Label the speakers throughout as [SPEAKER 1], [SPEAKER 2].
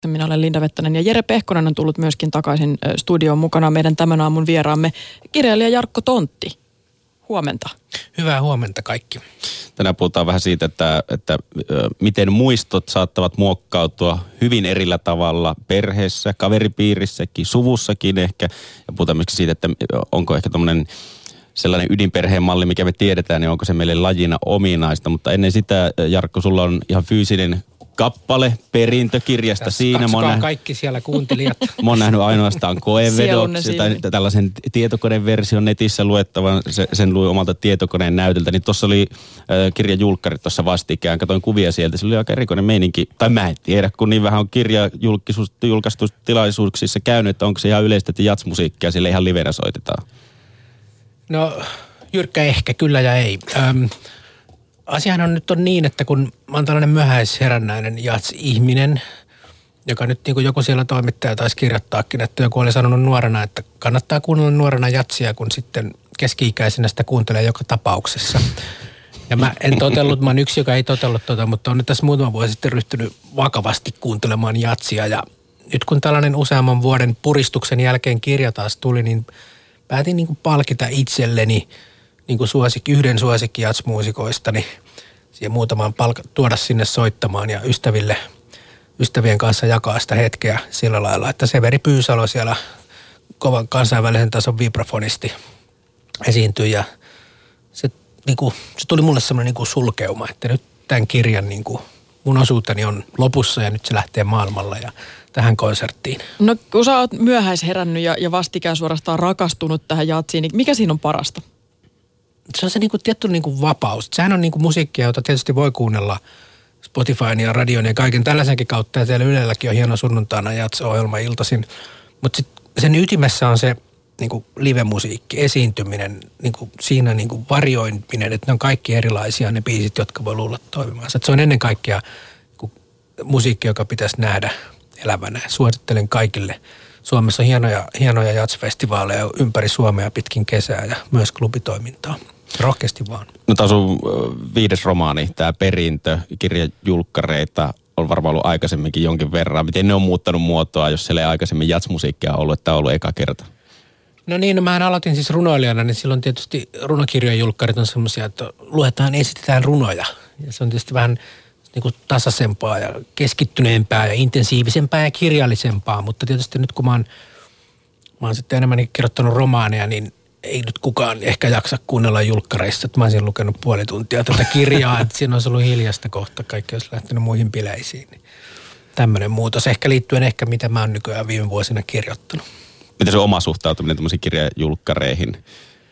[SPEAKER 1] Minä olen Linda Vettänen ja Jere Pehkonen on tullut myöskin takaisin studioon mukana meidän tämän aamun vieraamme kirjailija Jarkko Tontti. Huomenta.
[SPEAKER 2] Hyvää huomenta kaikki.
[SPEAKER 3] Tänään puhutaan vähän siitä, että miten muistot saattavat muokkautua hyvin erillä tavalla perheessä, kaveripiirissäkin, suvussakin ehkä. Ja puhutaan myöskin siitä, että onko ehkä tommoinen sellainen ydinperheen malli, mikä me tiedetään, niin onko se meille lajina ominaista. Mutta ennen sitä, Jarkko, sulla on ihan fyysinen kappale perintökirjasta.
[SPEAKER 2] Tässä
[SPEAKER 3] siinä.
[SPEAKER 2] Katsokaa kaikki siellä kuuntelijat.
[SPEAKER 3] Mä oon nähnyt ainoastaan koevedoksi tai tällaisen tietokoneversion netissä luettavan. Sen luin omalta tietokoneen näytöltä. Niin tuossa oli kirjajulkkarit tuossa vastikään. Katoin kuvia sieltä. Se oli aika erikoinen meininki. Tai mä en tiedä, kun niin vähän on julkaistustilaisuuksissa käynyt, että onko se ihan yleistä, että jatsmusiikkia sille ihan livenä soitetaan.
[SPEAKER 2] No, jyrkkä ehkä, kyllä ja ei. Asiahan on nyt niin, että kun mä oon tällainen myöhäisherännäinen jats-ihminen, joka nyt niin kuin joku siellä toimittaja taisi kirjoittaakin, että joku oli sanonut nuorena, että kannattaa kuunnella nuorena jatsia, kun sitten keski-ikäisenä sitä kuuntelee joka tapauksessa. Ja mä en totellut, mä oon yksi, joka ei totellut mutta on nyt tässä muutama vuosi sitten ryhtynyt vakavasti kuuntelemaan jatsia. Ja nyt kun tällainen useamman vuoden puristuksen jälkeen kirja taas tuli, niin päätin niin kuin palkita itselleni niin kuin yhden suosikki jatsmuusikoistani siihen muutaman tuoda sinne soittamaan ja ystävien kanssa jakaa sitä hetkeä sillä lailla, että Severi Pyysalo siellä kovan kansainvälisen tason vibrafonisti esiintyi ja se tuli mulle semmoinen niin kuin sulkeuma, että nyt tämän kirjan niin kuin mun osuuteni on lopussa ja nyt se lähtee maailmalla ja tähän konserttiin.
[SPEAKER 1] No kun sä oot myöhäisherännyt ja vastikään suorastaan rakastunut tähän jatsiin, niin mikä siinä on parasta?
[SPEAKER 2] Se on se tietty vapaus. Sehän on musiikkia, jota tietysti voi kuunnella Spotifyn ja radion ja kaiken tällaisenkin kautta. Ja siellä Ylelläkin on hieno sunnuntaina jats-ohjelma iltaisin. Mutta sen ytimessä on se live-musiikki, esiintyminen, siinä varjoiminen, että ne on kaikki erilaisia ne biisit, jotka voi luulla toimimaan. Se on ennen kaikkea musiikki, joka pitäisi nähdä elävänä. Suosittelen kaikille. Suomessa on hienoja jats-festivaaleja ympäri Suomea pitkin kesää ja myös klubitoimintaa. Rohkeasti vaan. No
[SPEAKER 3] tämä on sun 5. romaani, tämä Perintö, kirjajulkkareita on varmaan ollut aikaisemminkin jonkin verran. Miten ne on muuttanut muotoa, jos siellä ei aikaisemmin jatsmusiikkia ollut, että tämä on ollut eka kerta?
[SPEAKER 2] No niin, mähän aloitin siis runoilijana, niin silloin tietysti runokirjajulkkarit on semmoisia, että esitetään runoja. Ja se on tietysti vähän tasaisempaa ja keskittyneempää ja intensiivisempää ja kirjallisempaa, mutta tietysti nyt kun mä oon sitten enemmän kirjoittanut romaaneja, niin ei nyt kukaan ehkä jaksa kuunnella julkkareissa, että mä oon siinä lukenut puoli tuntia tätä kirjaa, että siinä olisi ollut hiljasta kohta, kaikki olisi lähtenyt muihin bileisiin. Niin tämmöinen muutos ehkä liittyen mitä mä oon nykyään viime vuosina kirjoittanut.
[SPEAKER 3] Miten se oma suhtautuminen tämmöisiin kirjajulkkareihin?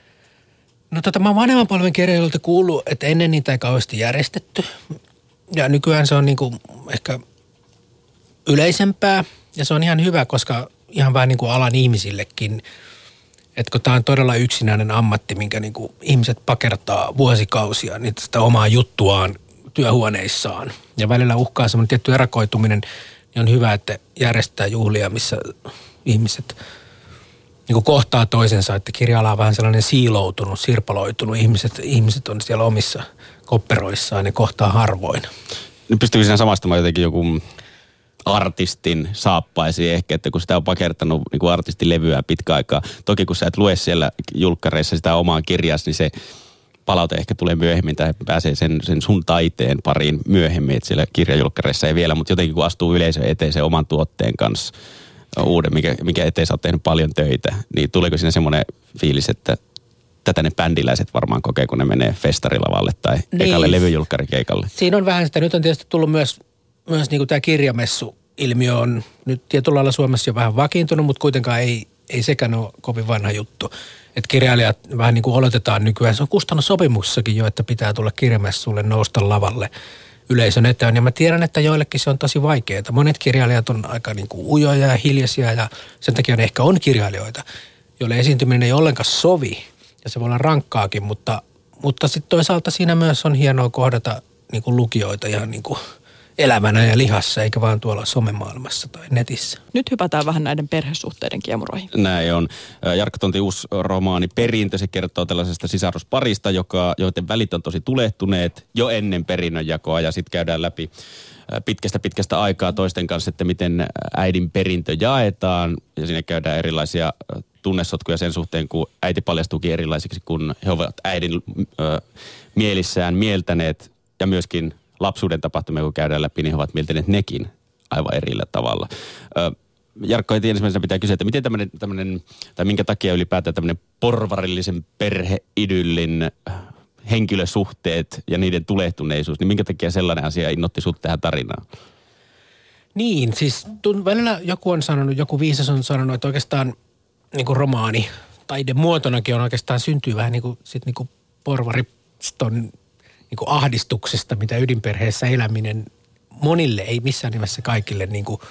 [SPEAKER 2] No mä oon vanhemman polven kirjailijoilta kuullut, että ennen niitä ei kauheasti järjestetty. Ja nykyään se on ehkä yleisempää ja se on ihan hyvä, koska ihan vähän alan ihmisillekin, että kun tämä on todella yksinäinen ammatti, minkä ihmiset pakertaa vuosikausia, niin sitä omaa juttuaan työhuoneissaan. Ja välillä uhkaa semmoinen tietty erakoituminen, niin on hyvä, että järjestetään juhlia, missä ihmiset kohtaa toisensa, että kirja-ala on vähän sellainen siiloutunut, sirpaloitunut. Ihmiset on siellä omissa kopperoissaan ja kohtaa harvoin.
[SPEAKER 3] Nyt pystyykö siinä samastamaan jotenkin joku artistin saappaisi ehkä, että kun sitä on pakertanut artistin levyä pitkä aikaa. Toki kun sä et lue siellä julkkareissa sitä omaan kirjassa, niin se palaute ehkä tulee myöhemmin tai pääsee sen sun taiteen pariin myöhemmin, että siellä kirjajulkkareissa ei vielä, mutta jotenkin kun astuu yleisön eteen sen oman tuotteen kanssa uuden, mikä eteen sä oot tehnyt paljon töitä, niin tuleeko siinä semmoinen fiilis, että tätä ne bändiläiset varmaan kokee, kun ne menee festarilavalle tai ekalle levyjulkkarikeikalle?
[SPEAKER 2] Siinä on vähän sitä. Nyt on tietysti tullut myös tämä kirjamessu-ilmiö on nyt tietyllä lailla Suomessa jo vähän vakiintunut, mutta kuitenkaan ei sekään ole kovin vanha juttu. Että kirjailijat vähän oletetaan nykyään. Se on kustannussopimuksessakin jo, että pitää tulla kirjamessulle, nousta lavalle yleisön eteen. Ja mä tiedän, että joillekin se on tosi vaikeaa. Monet kirjailijat on aika ujoja ja hiljaisia ja sen takia ehkä on kirjailijoita, joille esiintyminen ei ollenkaan sovi. Ja se voi olla rankkaakin, mutta sitten toisaalta siinä myös on hienoa kohdata lukijoita ihan elävänä ja lihassa, eikä vaan tuolla somemaailmassa tai netissä.
[SPEAKER 1] Nyt hypätään vähän näiden perhesuhteiden kiemuroihin.
[SPEAKER 3] Näin on. Jarkko Tontin uusi romaani Perintö, se kertoo tällaisesta sisarusparista, joiden välit on tosi tulehtuneet jo ennen perinnönjakoa ja sitten käydään läpi pitkästä aikaa toisten kanssa, että miten äidin perintö jaetaan. Ja siinä käydään erilaisia tunnesotkuja sen suhteen, kun äiti paljastuukin erilaisiksi, kun he ovat äidin mielissään mieltäneet. Ja myöskin lapsuuden tapahtumia, kun käydään läpi, niin he ovat mieltäneet nekin aivan erillä tavalla. Jarkko, heti ensimmäisenä pitää kysyä, että miten tämmöinen, tai minkä takia ylipäätään tämmöinen porvarillisen perheidyllin henkilösuhteet ja niiden tulehtuneisuus, niin minkä takia sellainen asia innotti sut tähän tarinaan?
[SPEAKER 2] Niin, siis välillä joku viisas on sanonut, että oikeastaan niin kuin romaani taidemuotonakin on oikeastaan syntyy vähän niin kuin porvariston niin kuin ahdistuksesta, mitä ydinperheessä eläminen monille, ei missään nimessä kaikille niin kuin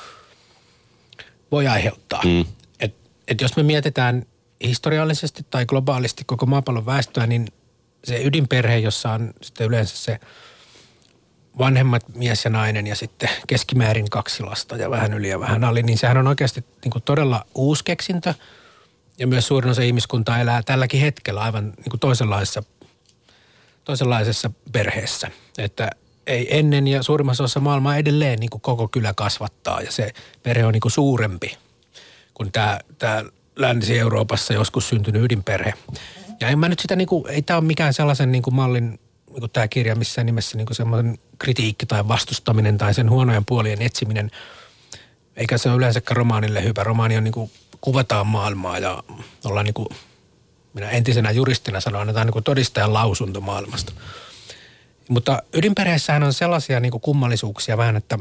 [SPEAKER 2] voi aiheuttaa. Et jos me mietitään historiallisesti tai globaalisti koko maapallon väestöä, niin se ydinperhe, jossa on sitten yleensä se vanhemmat mies ja nainen ja sitten keskimäärin 2 lasta ja vähän yli ja vähän ali, niin sehän on oikeasti niin kuin todella uusi keksintö. Ja myös suurin osa ihmiskuntaa elää tälläkin hetkellä aivan niin kuin toisenlaisessa perheessä. Että ei ennen ja suurimmassa osassa maailmaa edelleen niin kuin koko kylä kasvattaa ja se perhe on niin kuin suurempi kuin tämä Länsi-Euroopassa joskus syntynyt ydinperhe. Ja en mä nyt sitä, niin kuin, ei tämä ole mikään sellaisen niin kuin mallin, niin kuin tämä kirja missään nimessä niin kuin semmoinen kritiikki tai vastustaminen tai sen huonojen puolien etsiminen. Eikä se ole yleensäkään romaanille hyvä. Romaani on niin kuin, kuvataan maailmaa ja ollaan niin kuin, minä entisenä juristina sanon, annetaan niin kuin todistajan lausunto maailmasta. Mutta ydinperheessähän on sellaisia niin kuin kummallisuuksia vähän, että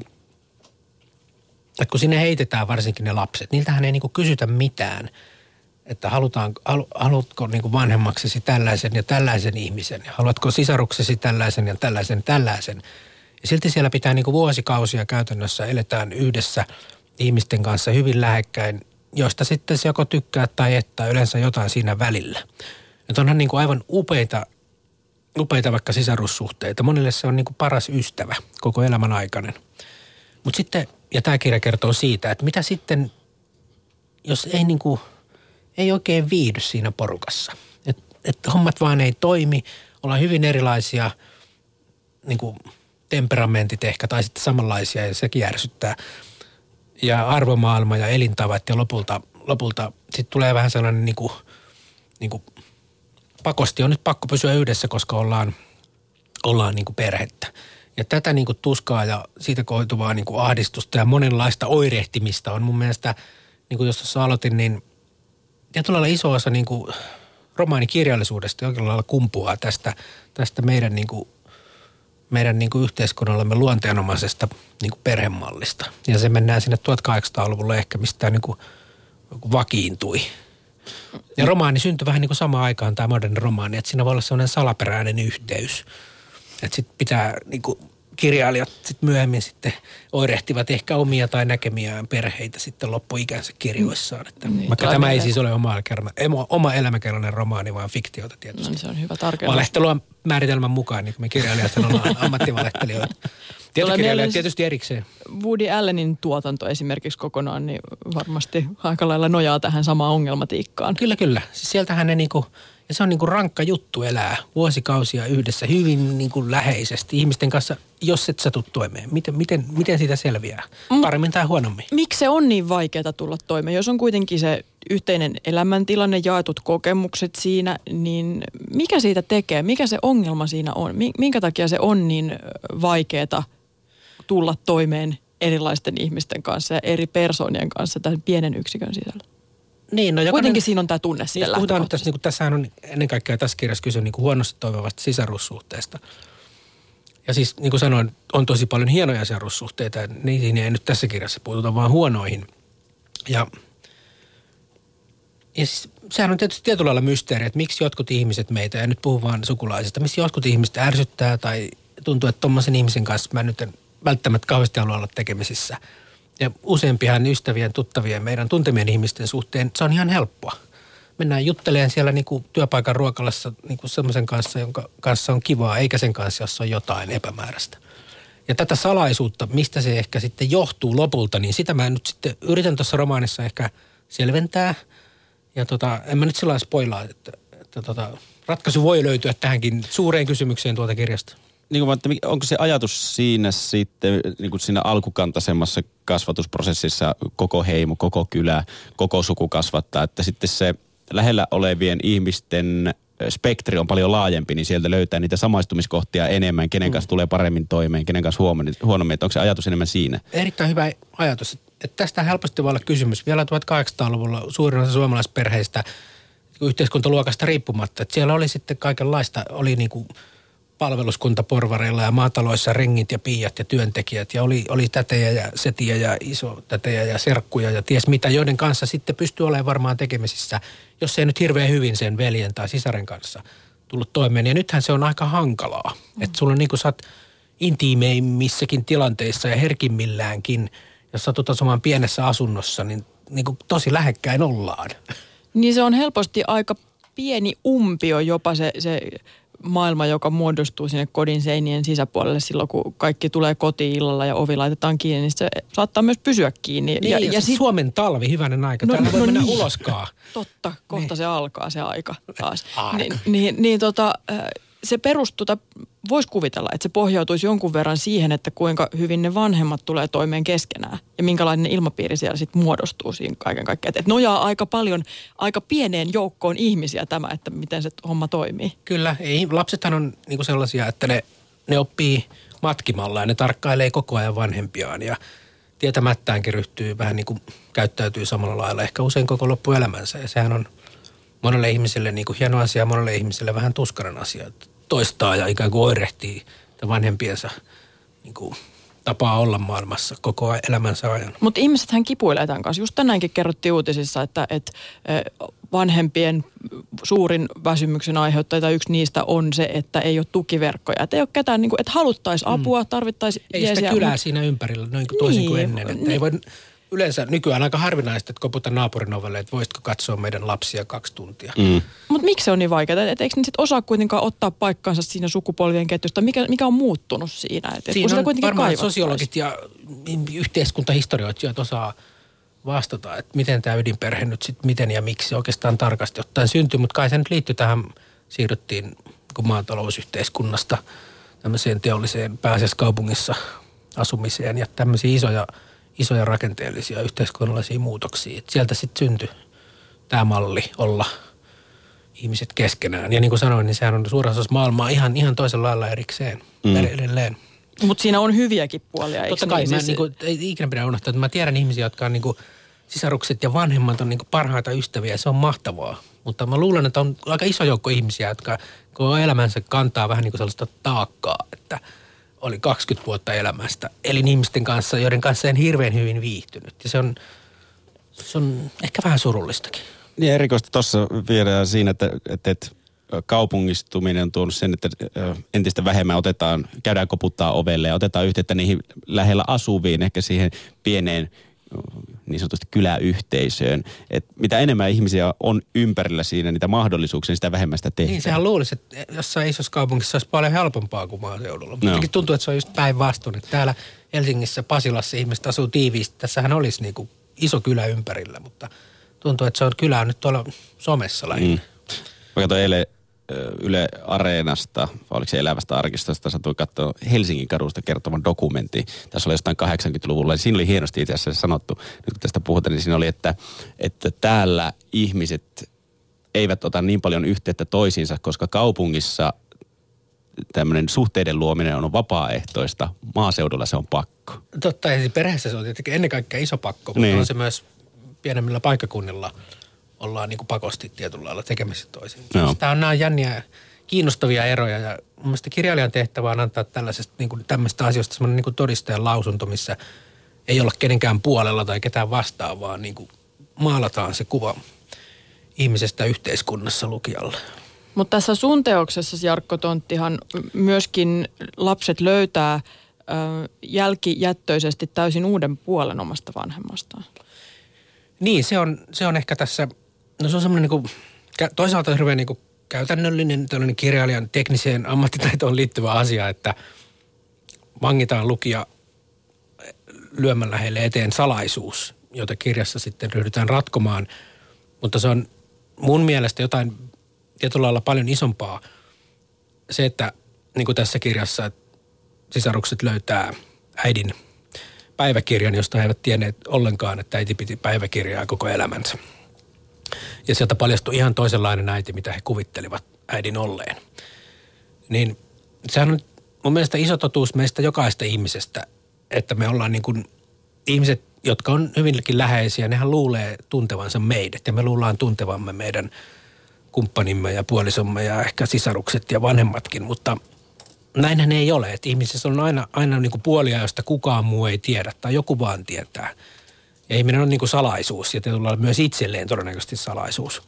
[SPEAKER 2] kun sinne heitetään varsinkin ne lapset, niiltähän ei niin kuin kysytä mitään. Että haluatko niin kuin vanhemmaksesi tällaisen ja tällaisen ihmisen ja haluatko sisaruksesi tällaisen ja tällaisen. Ja silti siellä pitää niin kuin vuosikausia käytännössä eletään yhdessä ihmisten kanssa hyvin lähekkäin, joista sitten se joko tykkää tai että yleensä jotain siinä välillä. Että onhan niin kuin aivan upeita vaikka sisarussuhteita. Monille se on niin kuin paras ystävä koko elämän aikainen. Mutta sitten, ja tämä kirja kertoo siitä, että mitä sitten, jos ei niin kuin ei oikein viihdy siinä porukassa. Että hommat vaan ei toimi, ollaan hyvin erilaisia niin kuin temperamentit ehkä tai sitten samanlaisia ja sekin ärsyttää. Ja arvomaailma ja elintavat ja lopulta sitten tulee vähän sellainen niin kuin pakosti on nyt pakko pysyä yhdessä, koska ollaan niin kuin perhettä. Ja tätä niin kuin tuskaa ja siitä koituvaa niin kuin ahdistusta ja monenlaista oirehtimista on mun mielestä, niin kuin jos tuossa aloitin, niin tietyllä lailla iso osa niin kuin romaanikirjallisuudesta jollain lailla kumpuaa tästä meidän niin kuin yhteiskunnallamme luonteenomaisesta niin kuin perhemallista. Ja se mennään sinne 1800-luvulle ehkä, mistä tämä niin kuin vakiintui. Ja romaani syntyi vähän niin kuin samaan aikaan, tämä moderni romaani, että siinä voi olla sellainen salaperäinen yhteys. Että sitten pitää niin kuin kirjailijat sitten myöhemmin sitten oirehtivat ehkä omia tai näkemiään perheitä sitten loppuikänsä kirjoissaan. Että niin, vaikka tämä ei siis ole oma elämäkerrainen romaani, vaan fiktiota tietysti.
[SPEAKER 1] No niin, se on hyvä tarkennus.
[SPEAKER 2] Valehtelua määritelmän mukaan, niin kuin me kirjailijat ollaan ammattivalehtelijoita. Tietokirjailijat tietysti erikseen.
[SPEAKER 1] Woody Allenin tuotanto esimerkiksi kokonaan, niin varmasti aika lailla nojaa tähän samaan ongelmatiikkaan.
[SPEAKER 2] Kyllä. Siis sieltähän ne niinku, ja se on niinku rankka juttu elää vuosikausia yhdessä hyvin niinku läheisesti ihmisten kanssa, jos et satu toimeen. Miten siitä selviää? Paremmin tai huonommin?
[SPEAKER 1] Miksi se on niin vaikeaa tulla toimeen? Jos on kuitenkin se yhteinen elämäntilanne, jaetut kokemukset siinä, niin mikä siitä tekee? Mikä se ongelma siinä on? Minkä takia se on niin vaikeaa tulla toimeen erilaisten ihmisten kanssa ja eri persoonien kanssa tämän pienen yksikön sisällä?
[SPEAKER 2] Niin, no
[SPEAKER 1] kuitenkin siinä on tämä tunne sitten
[SPEAKER 2] lähtökohtaisesti. Niin tässähän on ennen kaikkea tässä kirjassa kyse niin kuin huonosti toimivasta sisarussuhteesta. Ja siis niin kuin sanoin, on tosi paljon hienoja sisarussuhteita. Niihin ei nyt tässä kirjassa puututa, vaan huonoihin. Ja siis sehän on tietysti tietyllä lailla mysteeri, että miksi jotkut ihmiset meitä, ja nyt puhun vaan sukulaisista, miksi jotkut ihmiset ärsyttää tai tuntuu, että tommoisen ihmisen kanssa mä nyt en välttämättä kauheasti halua olla tekemisissä. Ja useampihan ystävien, tuttavien, meidän tuntemien ihmisten suhteen, se on ihan helppoa. Mennään juttelemaan siellä niinku työpaikan ruokalassa niinku semmoisen kanssa, jonka kanssa on kivaa, eikä sen kanssa, jossa on jotain epämääräistä. Ja tätä salaisuutta, mistä se ehkä sitten johtuu lopulta, niin sitä mä nyt sitten yritän tuossa romaanissa ehkä selventää. Ja en mä nyt sillä lailla spoilaa, että ratkaisu voi löytyä tähänkin suureen kysymykseen tuolta kirjasta.
[SPEAKER 3] niin kuin, että onko se ajatus siinä sitten niin kuin siinä alkukantaisemmassa kasvatusprosessissa koko heimo, koko kylä, koko suku kasvattaa, että sitten se lähellä olevien ihmisten spektri on paljon laajempi, niin sieltä löytää niitä samaistumiskohtia enemmän, kenen kanssa tulee paremmin toimeen, kenen kanssa huonommin, että onko se ajatus enemmän siinä?
[SPEAKER 2] Erittäin hyvä ajatus, että tästä helposti voi olla kysymys. Vielä 1800-luvulla suurin osa suomalaisperheistä yhteiskuntaluokasta riippumatta, että siellä oli sitten kaikenlaista, oli niin kuin palveluskuntaporvareilla ja maataloissa rengit ja piiat ja työntekijät ja oli tätejä ja setiä ja isotätejä ja serkkuja ja ties mitä, joiden kanssa sitten pystyy olemaan varmaan tekemisissä, jos ei nyt hirveän hyvin sen veljen tai sisaren kanssa tullut toimeen. Ja nythän se on aika hankalaa, että sulla on niin kuin sä oot intiimeimmissäkin tilanteissa ja herkimmilläänkin, jos satut asumaan pienessä asunnossa, niin kuin tosi lähekkäin ollaan.
[SPEAKER 1] Niin se on helposti aika pieni umpio jopa se maailma, joka muodostuu sinne kodin seinien sisäpuolelle silloin, kun kaikki tulee kotiin illalla ja ovi laitetaan kiinni, niin se saattaa myös pysyä kiinni.
[SPEAKER 2] Niin, ja Suomen talvi, hyvänen aika. Täällä voi mennä uloskaan.
[SPEAKER 1] Totta, kohta
[SPEAKER 2] niin.
[SPEAKER 1] Se alkaa se aika taas. Se perustuu, voisi kuvitella, että se pohjautuisi jonkun verran siihen, että kuinka hyvin ne vanhemmat tulee toimeen keskenään ja minkälainen ilmapiiri siellä sitten muodostuu siinä kaiken kaikkiaan. Että nojaa aika paljon, aika pieneen joukkoon ihmisiä tämä, että miten se homma toimii.
[SPEAKER 2] Kyllä, lapsethan on niinku sellaisia, että ne oppii matkimalla ja ne tarkkailee koko ajan vanhempiaan ja tietämättäänkin ryhtyy vähän niin kuin käyttäytyy samalla lailla ehkä usein koko loppuelämänsä ja sehän on monelle ihmiselle niin kuin hieno asia, monelle ihmiselle vähän tuskainen asia, että toistaa ja ikään kuin oirehtii vanhempiensa niin kuin tapaa olla maailmassa koko elämänsä ajan.
[SPEAKER 1] Mutta ihmisethän kipuilee tämän kanssa. Just tänäänkin kerrottiin uutisissa, että vanhempien suurin väsymyksen aiheuttaja tai yksi niistä on se, että ei ole tukiverkkoja. Että ei ole ketään, niin kuin, että haluttaisiin apua, tarvittaisiin
[SPEAKER 2] jeesiä. Ei sitä kylää siinä ympärillä, noin kuin toisin kuin ennen. Että ei voi yleensä nykyään aika harvinaista, että koputa naapurin ovelle, että voisitko katsoa meidän lapsia 2 tuntia.
[SPEAKER 1] Mutta miksi se on niin vaikeaa? Et eikö ne sitten osaa kuitenkaan ottaa paikkaansa siinä sukupolvien ketjusta? Mikä on muuttunut siinä?
[SPEAKER 2] Siinä on varmaan sosiologit ja yhteiskuntahistorioitsijat osaa vastata, että miten tämä ydinperhe nyt sitten miten ja miksi oikeastaan tarkasti ottaen syntyi. Mutta kai se nyt liittyy tähän, siirryttiin maatalousyhteiskunnasta tämmöiseen teolliseen pääasiassa kaupungissa asumiseen ja tämmöisiä isoja rakenteellisia yhteiskunnallisia muutoksia. Et sieltä sitten syntyi tämä malli olla ihmiset keskenään. Ja niin kuin sanoin, niin sehän on suurassa osassa maailmaa ihan toisella lailla erikseen edelleen.
[SPEAKER 1] Mutta siinä on hyviäkin puolia, eikö?
[SPEAKER 2] Totta kai, ei ikinä pidä unohtaa, että mä tiedän ihmisiä, jotka on niinku, sisarukset ja vanhemmat on niinku parhaita ystäviä, se on mahtavaa. Mutta mä luulen, että on aika iso joukko ihmisiä, jotka koko elämänsä kantaa vähän niin kuin sellaista taakkaa, että oli 20 vuotta elämästä. Elin ihmisten kanssa, joiden kanssa en hirveän hyvin viihtynyt. Ja se on ehkä vähän surullistakin.
[SPEAKER 3] Niin erikoista tuossa vielä siinä, että kaupungistuminen on tuonut sen, että entistä vähemmän käydään koputtaa ovelle ja otetaan yhteyttä niihin lähellä asuviin, ehkä siihen pieneen niin sanotusti kyläyhteisöön. Että mitä enemmän ihmisiä on ympärillä siinä niitä mahdollisuuksia, niin sitä vähemmän sitä tehdään.
[SPEAKER 2] Niin, sehän luulisi, että jossain isossa kaupungissa olisi paljon helpompaa kuin maaseudulla. Mutta tuntuu, että se on just päinvastoin. Että täällä Helsingissä, Pasilassa ihmiset asuu tiiviisti. Tässähän olisi niin kuin iso kylä ympärillä, mutta tuntuu, että kylä on nyt tuolla somessa lähinnä.
[SPEAKER 3] Mä katsoin eilen Yle Areenasta, vai oliko se Elävästä arkistosta, satuin katsoa Helsingin kadusta kertovan dokumentin. Tässä oli jostain 80-luvulla, ja siinä oli hienosti itse asiassa sanottu, nyt kun tästä puhutaan, niin siinä oli, että täällä ihmiset eivät ota niin paljon yhteyttä toisiinsa, koska kaupungissa tämmöinen suhteiden luominen on vapaaehtoista, maaseudulla se on pakko.
[SPEAKER 2] Totta, ja perheessä se on tietenkin ennen kaikkea iso pakko, mutta on se myös pienemmillä paikkakunnilla ollaan niin kuin pakosti tietyllä lailla tekemisissä toisiin. No. Tämä on nämä jänniä, kiinnostavia eroja ja mun mielestä kirjailijan tehtävä on antaa tällaisesta niin kuin tämmöistä asioista semmoinen niin kuin todistajan lausunto, missä ei olla kenenkään puolella tai ketään vastaan, vaan niin kuin maalataan se kuva ihmisestä yhteiskunnassa lukijalle.
[SPEAKER 1] Mutta tässä sun teoksessa, Jarkko Tonttihan, myöskin lapset löytää jälkijättöisesti täysin uuden puolen omasta vanhemmastaan.
[SPEAKER 2] Niin, se on ehkä tässä, no se on semmoinen niin kuin, toisaalta hirveän niin kuin käytännöllinen tällainen kirjailijan tekniseen ammattitaitoon liittyvä asia, että vangitaan lukija lyömällä heille eteen salaisuus, jota kirjassa sitten ryhdytään ratkomaan. Mutta se on mun mielestä jotain tietyllä lailla paljon isompaa se, että niin kuin tässä kirjassa, että sisarukset löytää äidin päiväkirjan, josta he eivät tienneet ollenkaan, että äiti piti päiväkirjaa koko elämänsä. Ja sieltä paljastui ihan toisenlainen äiti, mitä he kuvittelivat äidin olleen. Niin sehän on mun mielestä iso totuus meistä jokaista ihmisestä, että me ollaan niin kuin ihmiset, jotka on hyvinkin läheisiä, nehän luulee tuntevansa meidät ja me luullaan tuntevamme meidän kumppanimme ja puolisomme ja ehkä sisarukset ja vanhemmatkin, mutta näinhän ei ole, että ihmisessä on aina niin kuin puolia, josta kukaan muu ei tiedä tai joku vaan tietää. Ja ihminen on niin kuin salaisuus ja tietyllä lailla myös itselleen todennäköisesti salaisuus.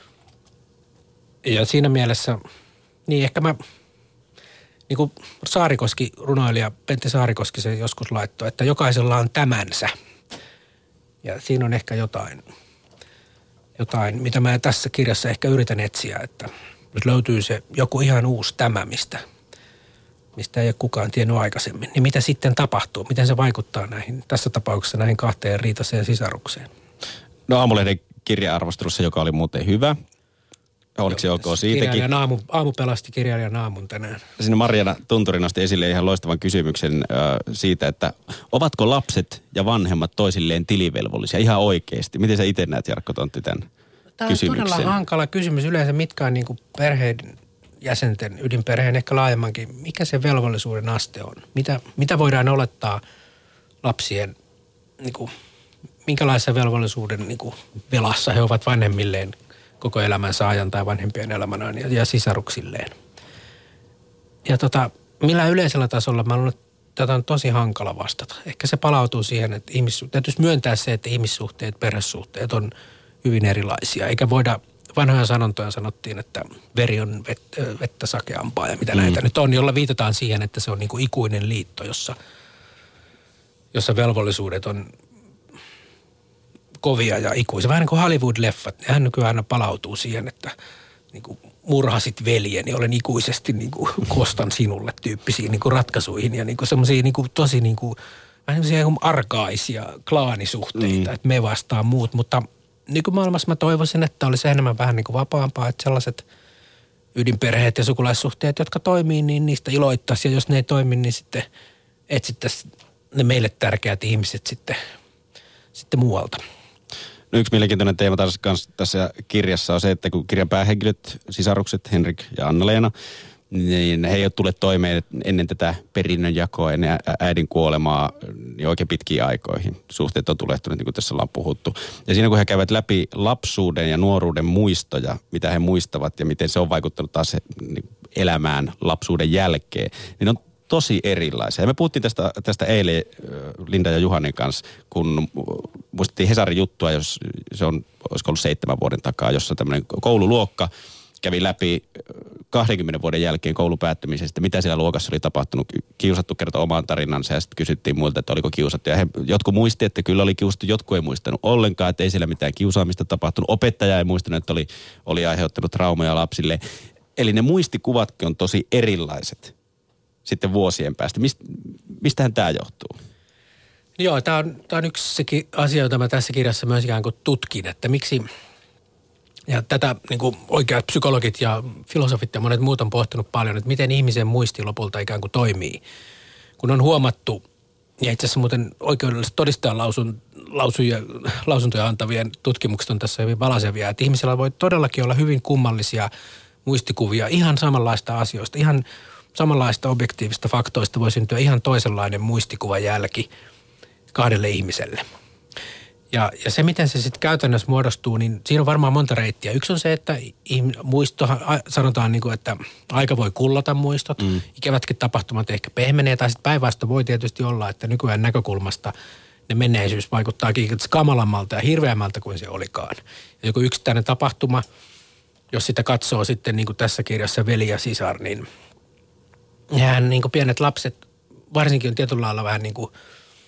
[SPEAKER 2] Ja siinä mielessä, niin ehkä mä, niin kuin Saarikoski, runoilija Pentti Saarikoski se joskus laittoi, että jokaisella on tämänsä. Ja siinä on ehkä jotain, mitä mä tässä kirjassa ehkä yritän etsiä, että nyt löytyy se joku ihan uusi tämä, mistä ei ole kukaan tiennyt aikaisemmin. Niin mitä sitten tapahtuu? Miten se vaikuttaa näihin, tässä tapauksessa näihin kahteen riitaseen sisarukseen?
[SPEAKER 3] No Aamulehden kirja-arvostelussa, joka oli muuten hyvä. Oliko se ok siitäkin?
[SPEAKER 2] Aamu pelasti kirjailijan aamun tänään.
[SPEAKER 3] Siinä Marjana Tunturi nosti esille ihan loistavan kysymyksen siitä, että ovatko lapset ja vanhemmat toisilleen tilivelvollisia ihan oikeasti? Miten sä itse näet, Jarkko Tontti, tämän kysymyksen?
[SPEAKER 2] Tämä on todella hankala kysymys. Yleensä mitkä on niin kuin perheiden jäsenten, ydinperheen ehkä laajemmankin. Mikä se velvollisuuden aste on? Mitä voidaan olettaa lapsien, niin kuin, minkälaisessa velvollisuuden niin kuin velassa he ovat vanhemmilleen koko elämänsä ajan tai vanhempien elämänään ja sisaruksilleen. Ja millä yleisellä tasolla mä luulen, että tätä on tosi hankala vastata. Ehkä se palautuu siihen, että täytyisi myöntää se, että ihmissuhteet, perhesuhteet on hyvin erilaisia. Eikä voida, vanhoja sanontoja sanottiin, että veri on vettä sakeampaa ja mitä näitä nyt on, jolla viitataan siihen, että se on niin kuin ikuinen liitto, jossa velvollisuudet on kovia ja ikuisia. Vähän niin kuin Hollywood-leffat. Nehän nykyään aina palautuu siihen, että niin kuin murhasit veljeni, olen ikuisesti niin kuin kostan sinulle tyyppisiin niin kuin ratkaisuihin ja niin kuin semmoisia niin kuin tosi niin kuin, vähän semmoisia arkaisia klaanisuhteita, että me vastaan muut. Mutta nykymaailmassa mä toivoisin, että olisi enemmän vähän niin kuin vapaampaa, että sellaiset ydinperheet ja sukulaissuhteet, jotka toimii, niin niistä iloittaisiin. Ja jos ne ei toimi, niin sitten etsittäisiin ne meille tärkeät ihmiset sitten muualta.
[SPEAKER 3] No yksi mielenkiintoinen teema tässä kirjassa on se, että kun kirjan päähenkilöt, sisarukset Henrik ja Anna-Leena, niin he ei ole tulleet toimeen ennen tätä perinnönjakoa, ennen äidin kuolemaa niin oikein pitkiin aikoihin. Suhteet on tulehtuneet, niin kuin tässä ollaan puhuttu. Ja siinä kun he käyvät läpi lapsuuden ja nuoruuden muistoja, mitä he muistavat ja miten se on vaikuttanut taas elämään lapsuuden jälkeen, niin on tosi erilaisia. Ja me puhuttiin tästä eilen Linda ja Juhanin kanssa, kun muistettiin Hesarin juttua, jos se on, olisiko ollut 7 vuoden takaa, jossa tämmöinen koululuokka kävi läpi 20 vuoden jälkeen koulun päättymisestä, mitä siellä luokassa oli tapahtunut. Kiusattu kertoi oman tarinansa ja sitten kysyttiin muilta, että oliko kiusattu. Ja jotkut muisti, että kyllä oli kiusattu, jotkut ei muistanut ollenkaan, että ei siellä mitään kiusaamista tapahtunut. Opettaja ei muistanut, että oli aiheuttanut traumoja lapsille. Eli ne muistikuvatkin on tosi erilaiset sitten vuosien päästä. Mistähän tämä johtuu?
[SPEAKER 2] Joo, tämä on yksi asia, jota mä tässä kirjassa myös ikään kuin tutkin, että miksi, ja tätä niin kuin oikeat psykologit ja filosofit ja monet muut on pohtinut paljon, että miten ihmisen muisti lopulta ikään kuin toimii. Kun on huomattu, ja itse asiassa muuten oikeudelliset todistajan lausuntoja antavien tutkimukset on tässä hyvin valaisevia, että ihmisellä voi todellakin olla hyvin kummallisia muistikuvia ihan samanlaista asioista, ihan samanlaista objektiivista faktoista voi syntyä ihan toisenlainen muistikuvajälki kahdelle ihmiselle. Ja se, miten se sitten käytännössä muodostuu, niin siinä on varmaan monta reittiä. Yksi on se, että sanotaan niin kuin, että aika voi kullata muistot, ikävätkin tapahtumat ehkä pehmenee, tai sitten päinvastoin voi tietysti olla, että nykyään näkökulmasta ne menneisyys vaikuttaakin kamalammalta ja hirveämmältä kuin se olikaan. Ja joku yksittäinen tapahtuma, jos sitä katsoo sitten niin kuin tässä kirjassa veli ja sisar, niin nehän niin kuin pienet lapset, varsinkin on tietyllä lailla vähän niin kuin,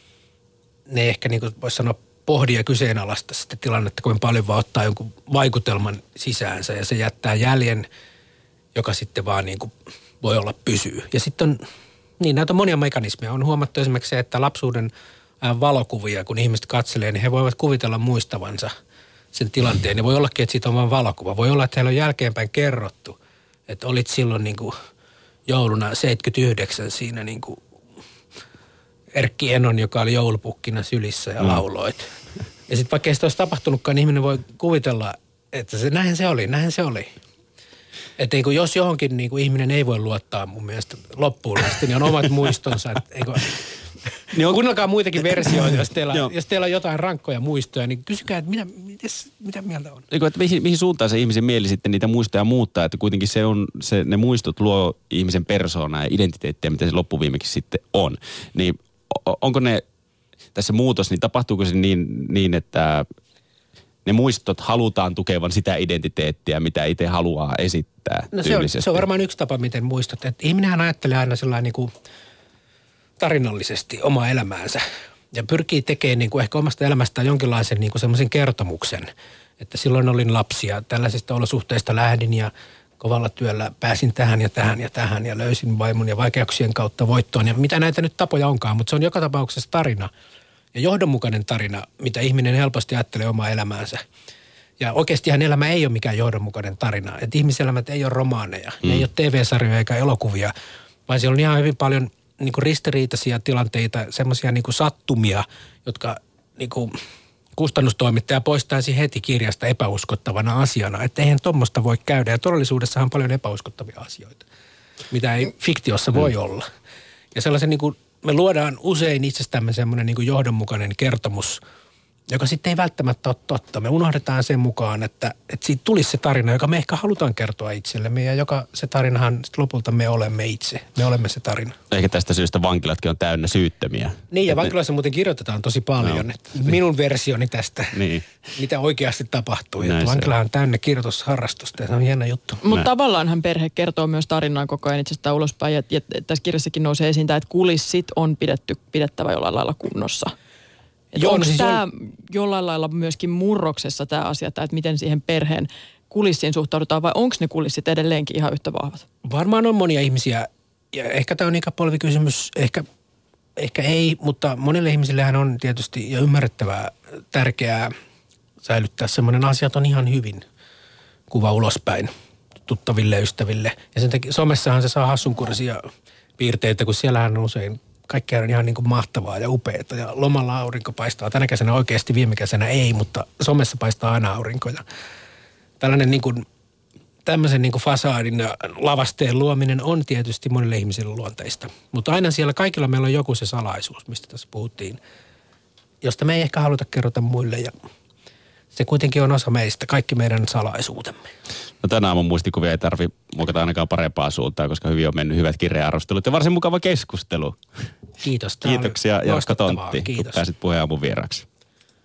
[SPEAKER 2] ne ehkä niin kuin voisi sanoa pohdi ja kyseenalaista sitten tilannetta, kuin paljon vaan ottaa jonkun vaikutelman sisäänsä ja se jättää jäljen, joka sitten vaan niin kuin voi olla pysyy. Ja sitten on, niin näitä on monia mekanismeja. On huomattu esimerkiksi se, että lapsuuden valokuvia, kun ihmiset katselee, niin he voivat kuvitella muistavansa sen tilanteen. Ja voi ollakin, että siitä on vain valokuva. Voi olla, että heillä on jälkeenpäin kerrottu, että olit silloin niin kuin jouluna 79 siinä niin kuin Erkki Enon, joka oli joulupukkina sylissä ja lauloit. Ja sitten vaikka ei sitä olisi tapahtunutkaan, niin ihminen voi kuvitella, että näinhän se oli. Että niin jos johonkin niin kuin ihminen ei voi luottaa mun mielestä loppuun asti, niin on omat muistonsa. Kuunnelkaa muitakin versioita, jos teillä on jotain rankkoja muistoja, niin kysykää, että mitä mieltä on.
[SPEAKER 3] Että mihin suuntaan se ihmisen mieli sitten niitä muistoja muuttaa, että kuitenkin ne muistot luo ihmisen persoonaa ja identiteettiä, mitä se loppuviimeksi sitten on. Niin onko ne tässä muutos, niin tapahtuuko se niin että ne muistot halutaan tukevan sitä identiteettiä, mitä itse haluaa esittää tyylisesti?
[SPEAKER 2] Se on varmaan yksi tapa, miten muistot. Että ihminenhän ajattelee aina sellainen niin kuin tarinallisesti omaa elämäänsä ja pyrkii tekemään niin kuin ehkä omasta elämästään jonkinlaisen niin kuin semmoisen kertomuksen, että silloin olin lapsi ja tällaisista olosuhteista lähdin ja kovalla työllä pääsin tähän ja tähän ja tähän ja löysin vaimon ja vaikeuksien kautta voittoon ja mitä näitä nyt tapoja onkaan, mutta se on joka tapauksessa tarina ja johdonmukainen tarina, mitä ihminen helposti ajattelee omaa elämäänsä. Ja oikeastihan elämä ei ole mikään johdonmukainen tarina, että ihmiselämät ei ole romaaneja, ne ei ole TV-sarjoja eikä elokuvia, vaan siellä on ihan hyvin paljon niin kuin ristiriitaisia tilanteita, semmoisia niin kuin sattumia, jotka niin kuin kustannustoimittaja poistaisi heti kirjasta epäuskottavana asiana. Että eihän tuommoista voi käydä. Ja todellisuudessahan on paljon epäuskottavia asioita, mitä ei fiktiossa voi olla. Ja sellaisen niin kuin, me luodaan usein itsestämme semmoinen niin kuin johdonmukainen kertomus, joka sitten ei välttämättä ole totta. Me unohdetaan sen mukaan, että siitä tulisi se tarina, joka me ehkä halutaan kertoa itsellemme ja joka se tarinahan lopulta me olemme itse. Me olemme se tarina.
[SPEAKER 3] Ehkä tästä syystä vankilatkin on täynnä syyttömiä.
[SPEAKER 2] Niin ja vankiloissa muuten kirjoitetaan tosi paljon. No, minun versioni tästä, mitä oikeasti tapahtuu. Vankilahan on täynnä kirjoitusharrastusta ja se on hieno juttu.
[SPEAKER 1] Mutta tavallaanhan perhe kertoo myös tarinaa koko ajan itsestään ulospäin ja tässä kirjassakin nousee esiin tämä, että kulissit on pidettävä jollain lailla kunnossa. Onko tämä jollain lailla myöskin murroksessa tämä asia, että miten siihen perheen kulissiin suhtaudutaan vai onko ne kulissit edelleenkin ihan yhtä vahvat?
[SPEAKER 2] Varmaan on monia ihmisiä ja ehkä tämä on ikäpolvikysymys, ehkä ei, mutta monille ihmisillehän on tietysti ja ymmärrettävää tärkeää säilyttää semmoinen asia, että on ihan hyvin kuva ulospäin tuttaville ystäville. Ja sen takia somessahan se saa hassunkurisia piirteitä, kun siellähän on usein kaikki on ihan niin kuin mahtavaa ja upeaa ja lomalla aurinko paistaa. Tänä kesänä oikeasti, viime kesänä ei, mutta somessa paistaa aina aurinko. Ja tällainen niin kuin, tämmöisen niin kuin fasaadin ja lavasteen luominen on tietysti monille ihmisille luonteista. Mutta aina siellä kaikilla meillä on joku se salaisuus, mistä tässä puhuttiin, josta me ei ehkä haluta kerrota muille ja se kuitenkin on osa meistä, kaikki meidän salaisuutemme.
[SPEAKER 3] No tänä aamun muistikuvia ei tarvitse muokata ainakaan parempaa suuntaan, koska hyvin on mennyt hyvät kirja-arvostelut ja varsin mukava keskustelu.
[SPEAKER 2] Kiitos.
[SPEAKER 3] Kiitoksia Jarkko Tontti, kun pääsit Puheen aamun vieraksi.